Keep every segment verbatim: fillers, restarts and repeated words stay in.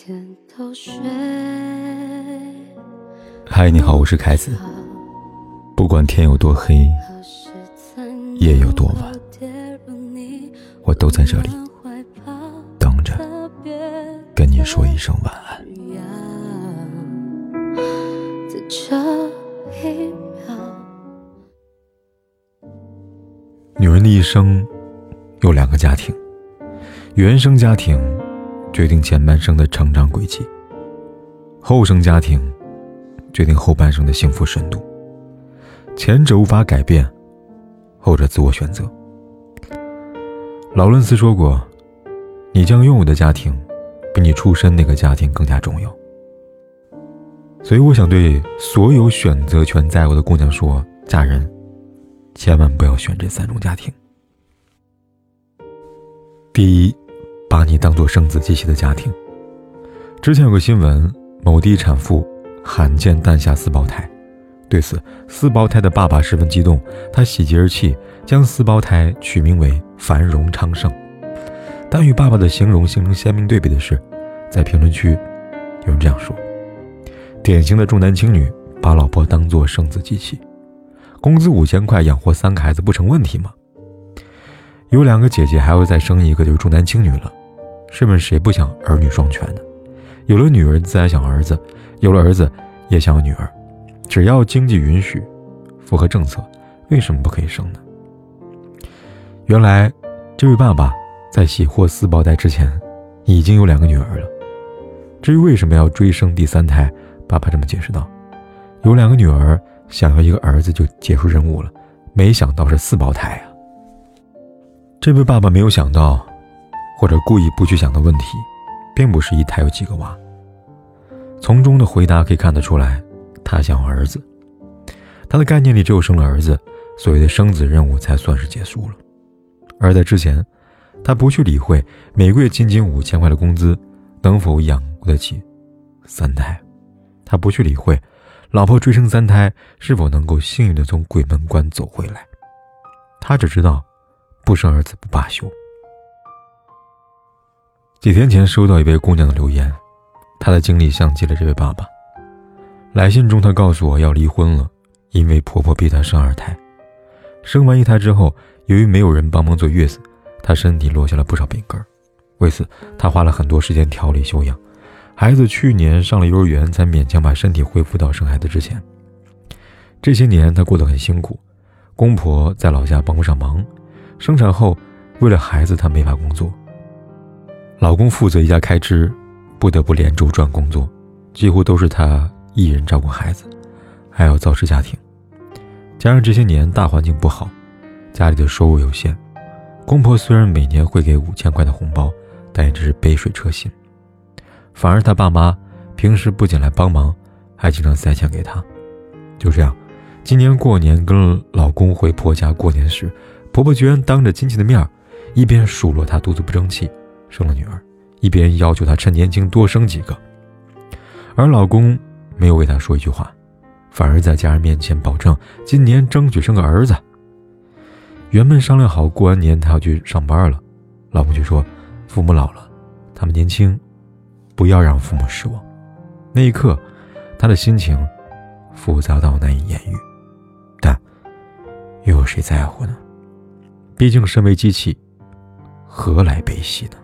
嗨，你好，我是凯子。不管天有多黑，夜有多晚，我都在这里等着跟你说一声晚安。女人的一生有两个家庭，原生家庭决定前半生的成长轨迹，后生家庭决定后半生的幸福深度。前者无法改变，后者自我选择。劳伦斯说过，你将拥有的家庭比你出身那个家庭更加重要。所以我想对所有选择权在我的姑娘说，嫁人千万不要选这三种家庭。第一，把你当作生子机器的家庭。之前有个新闻，某地产妇罕见诞下四胞胎，对此四胞胎的爸爸十分激动，他喜极而泣，将四胞胎取名为繁荣昌盛。但与爸爸的形容形成鲜明对比的是，在评论区有人这样说，典型的重男轻女，把老婆当作生子机器，工资五千块养活三个孩子不成问题吗？有两个姐姐还要再生一个就是重男轻女了，试问谁不想儿女双全呢？有了女儿自然想儿子，有了儿子也想要女儿，只要经济允许符合政策，为什么不可以生呢？原来这位爸爸在喜获四胞胎之前已经有两个女儿了。至于为什么要追生第三胎，爸爸这么解释道，有两个女儿，想要一个儿子就结束任务了，没想到是四胞胎啊。这位爸爸没有想到，或者故意不去想的问题，并不是一胎有几个娃。从中的回答可以看得出来，他想要儿子。他的概念里只有生了儿子，所谓的生子任务才算是结束了。而在之前，他不去理会每个月仅仅五千块的工资能否养活得起三胎，他不去理会老婆追生三胎是否能够幸运地从鬼门关走回来，他只知道不生儿子不罢休。几天前收到一位姑娘的留言，她的经历像极了这位爸爸。来信中她告诉我要离婚了，因为婆婆逼她生二胎。生完一胎之后，由于没有人帮忙坐月子，她身体落下了不少病根，为此她花了很多时间调理休养。孩子去年上了幼儿园，才勉强把身体恢复到生孩子之前。这些年她过得很辛苦，公婆在老家帮不上忙，生产后为了孩子她没法工作，老公负责一家开支，不得不连轴转工作，几乎都是她一人照顾孩子，还要操持家庭。加上这些年大环境不好，家里的收入有限，公婆虽然每年会给五千块的红包，但也只是杯水车薪。反而她爸妈平时不仅来帮忙，还经常塞钱给她。就这样，今年过年跟老公回婆家过年时，婆婆居然当着亲戚的面，一边数落她肚子不争气生了女儿，一边要求她趁年轻多生几个。而老公没有为她说一句话，反而在家人面前保证今年争取生个儿子。原本商量好过完年她要去上班了，老公却说父母老了，他们年轻，不要让父母失望。那一刻她的心情复杂到难以言喻，但又有谁在乎呢？毕竟身为机器，何来悲喜呢？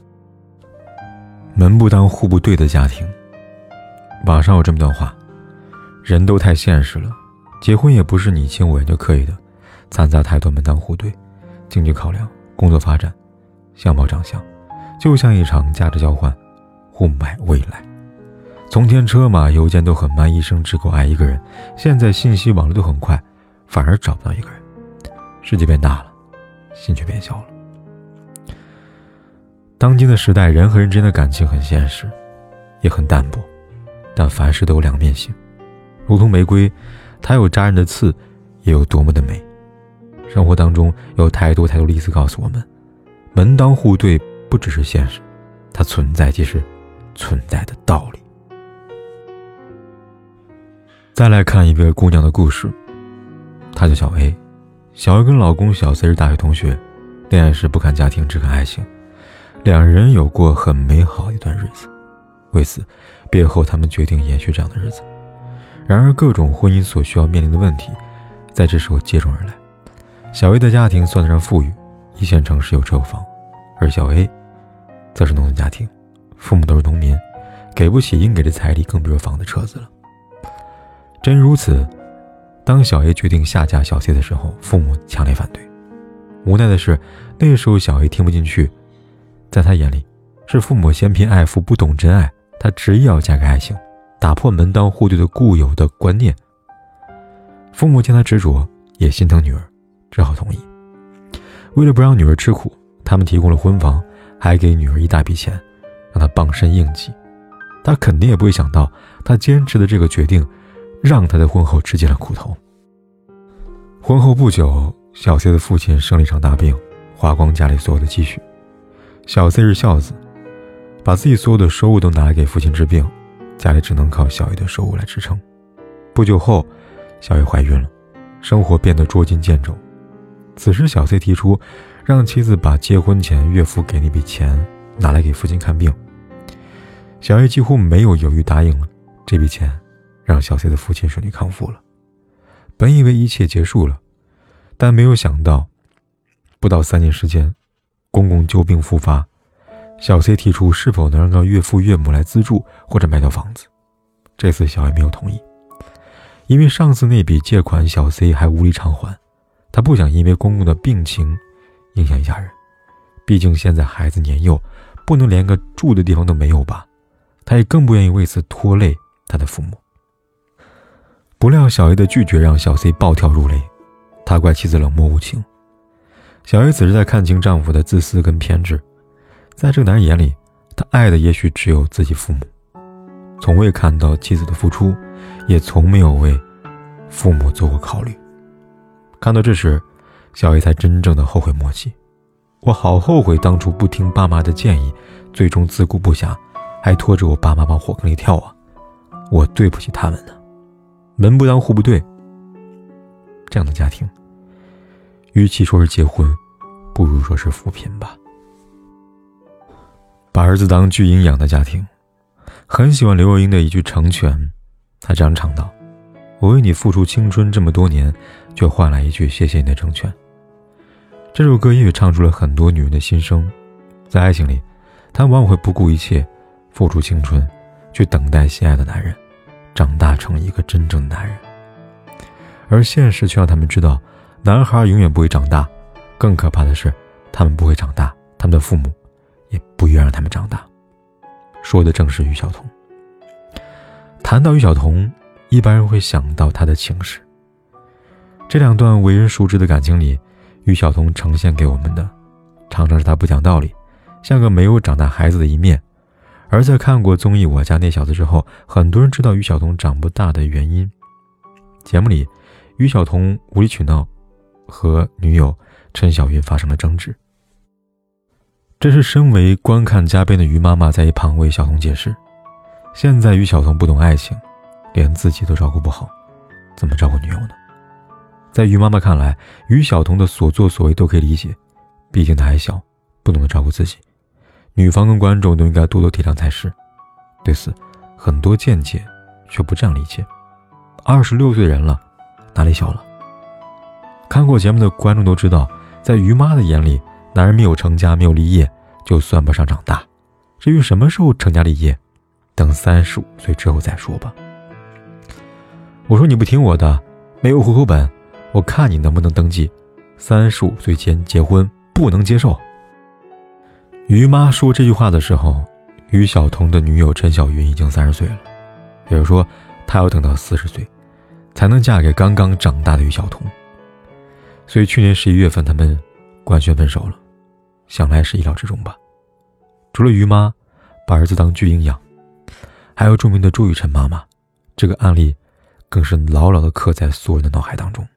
门不当户不对的家庭。网上有这么段话，人都太现实了，结婚也不是你情我愿就可以的，掺杂太多门当户对，经济考量，工作发展，相貌长相，就像一场价值交换，互买未来。从前车马邮件都很慢，一生只够爱一个人，现在信息网络都很快，反而找不到一个人。世界变大了，心却变小了。当今的时代，人和人之间的感情很现实，也很淡薄，但凡事都有两面性。如同玫瑰，它有扎人的刺，也有多么的美。生活当中有太多太多例子告诉我们，门当户对不只是现实，它存在即是存在的道理。再来看一位姑娘的故事，她叫小 A。 小 A 跟老公小 C 是大学同学，恋爱时不看家庭只看爱情，两人有过很美好的一段日子。 为此，毕业后他们决定延续这样的日子。然而各种婚姻所需要面临的问题在这时候接踵而来。小 A 的家庭算得上富裕，一线城市有车有房，而小 A 则是农村家庭，父母都是农民，给不起应给的彩礼，更别说房子车子了。真如此，当小 A 决定下嫁小 C 的时候，父母强烈反对。无奈的是，那个时候小 A 听不进去，在他眼里是父母嫌贫爱富，不懂真爱，他执意要嫁给爱情，打破门当户对的固有的观念。父母见他执着，也心疼女儿，只好同意。为了不让女儿吃苦，他们提供了婚房，还给女儿一大笔钱，让她傍身应急。他肯定也不会想到，他坚持的这个决定让他在婚后吃尽了苦头。婚后不久，小 C 的父亲生了一场大病，花光家里所有的积蓄。小 C 是孝子，把自己所有的收入都拿来给父亲治病，家里只能靠小 A 的收入来支撑。不久后，小 A 怀孕了，生活变得捉襟见肘。此时小 C 提出让妻子把结婚前岳父给那笔钱拿来给父亲看病。小 A 几乎没有犹豫答应了，这笔钱让小 C 的父亲顺利康复了。本以为一切结束了，但没有想到不到三年时间，公公旧病复发。小 C 提出是否能让岳父岳母来资助或者卖掉房子。这次小 A 没有同意，因为上次那笔借款小 C 还无力偿还，他不想因为公公的病情影响一家人，毕竟现在孩子年幼，不能连个住的地方都没有吧。他也更不愿意为此拖累他的父母。不料小 A 的拒绝让小 C 暴跳如雷，他怪妻子冷漠无情。小 A 此时在看清丈夫的自私跟偏执，在这个男人眼里，他爱的也许只有自己父母，从未看到妻子的付出，也从没有为父母做过考虑。看到这时，小 A 才真正的后悔莫及。我好后悔当初不听爸妈的建议，最终自顾不暇，还拖着我爸妈往火坑里跳啊！我对不起他们呢。门不当户不对，这样的家庭，与其说是结婚，不如说是扶贫吧。把儿子当巨婴养的家庭。很喜欢刘若英的一句成全，她这样唱道：我为你付出青春这么多年，却换来一句谢谢你的成全。这首歌也唱出了很多女人的心声。在爱情里，她往往会不顾一切付出青春，去等待心爱的男人长大成一个真正的男人。而现实却让他们知道，男孩永远不会长大，更可怕的是，他们不会长大，他们的父母也不愿让他们长大。说的正是于晓彤。谈到于晓彤，一般人会想到她的情史。这两段为人熟知的感情里，于晓彤呈现给我们的常常是她不讲道理，像个没有长大孩子的一面。而在看过综艺《我家那小子》之后，很多人知道于晓彤长不大的原因。节目里，于晓彤无理取闹，和女友陈小云发生了争执。这是身为观看嘉宾的于妈妈在一旁为晓彤解释，现在于晓彤不懂爱情，连自己都照顾不好，怎么照顾女友呢？在于妈妈看来，于晓彤的所作所为都可以理解，毕竟她还小，不懂得照顾自己，女方跟观众都应该多多体谅才是。对此，很多见解却不这样理解。二十六岁人了，哪里小了？看过节目的观众都知道，在于妈的眼里，男人没有成家没有立业就算不上长大，至于什么时候成家立业，等三十五岁之后再说吧。我说你不听我的，没有户口本，我看你能不能登记，三十五岁前结婚不能接受。于妈说这句话的时候，于晓彤的女友陈小云已经三十岁了，也就是说她要等到四十岁才能嫁给刚刚长大的于晓彤。所以去年十一月份他们官宣分手了，想来是意料之中吧。除了于妈把儿子当巨婴养，还有著名的朱雨辰妈妈，这个案例更是牢牢地刻在所有人的脑海当中。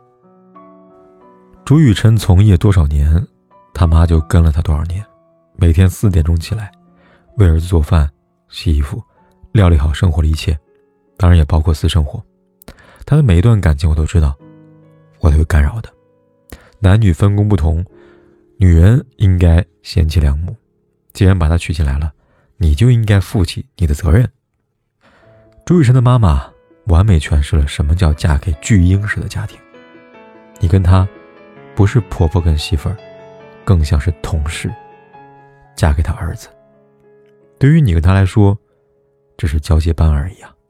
朱雨辰从业多少年，他妈就跟了他多少年，每天四点钟起来为儿子做饭洗衣服，料理好生活的一切，当然也包括私生活。他的每一段感情我都知道，我都会干扰的。男女分工不同，女人应该贤妻良母，既然把他娶进来了， 你就应该负起你的责任。朱雨辰的妈妈完美诠释了什么叫嫁给巨婴式的家庭。你跟她不是婆婆跟媳妇儿，更像是同事，嫁给她儿子。对于你跟她来说，只是交接班而已啊。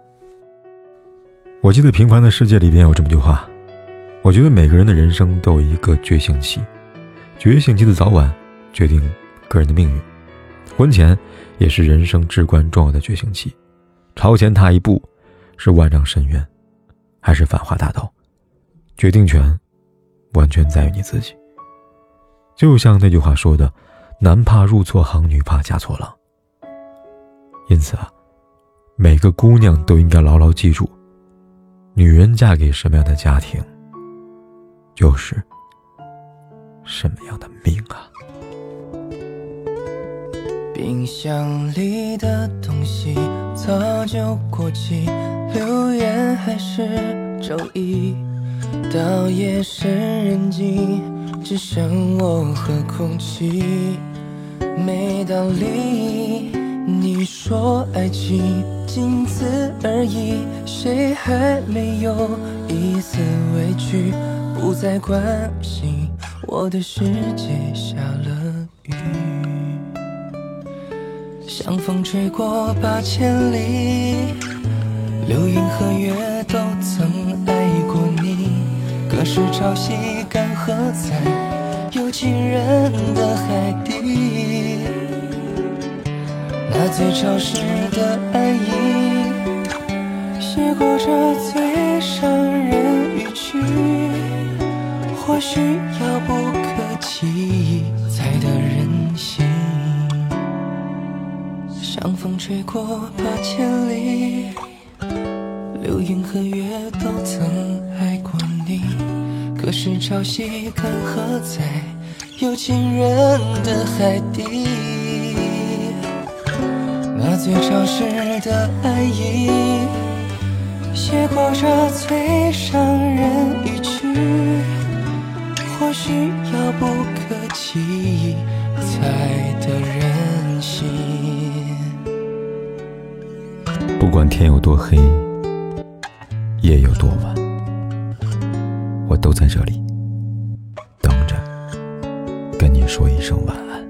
我记得《平凡的世界》里边有这么句话，我觉得每个人的人生都有一个觉醒期，觉醒期的早晚决定个人的命运。婚前也是人生至关重要的觉醒期，朝前踏一步，是万丈深渊，还是繁华大道，决定权完全在于你自己。就像那句话说的，男怕入错行，女怕嫁错郎。因此啊，每个姑娘都应该牢牢记住，女人嫁给什么样的家庭，就是什么样的命啊。 冰箱里的东西早就过期，留言还是周一，到夜深人静，只剩我和空气。没道理，你说爱情仅此而已，谁还没有一丝委屈，不再关心我的世界下了雨。像风吹过八千里，流云和月都曾爱过你，可是潮汐干涸在有情人的海底。那最潮湿的爱意，写过这最伤人语句，或许遥不可及才得人心。像风吹过八千里，流云和月都曾爱过你，可是潮汐干涸在有情人的海底。那最潮湿的爱意，写过这最伤人语句，或许遥不可及才得人心。 不管天有多黑，夜有多晚，我都在这里等着跟你说一声晚安。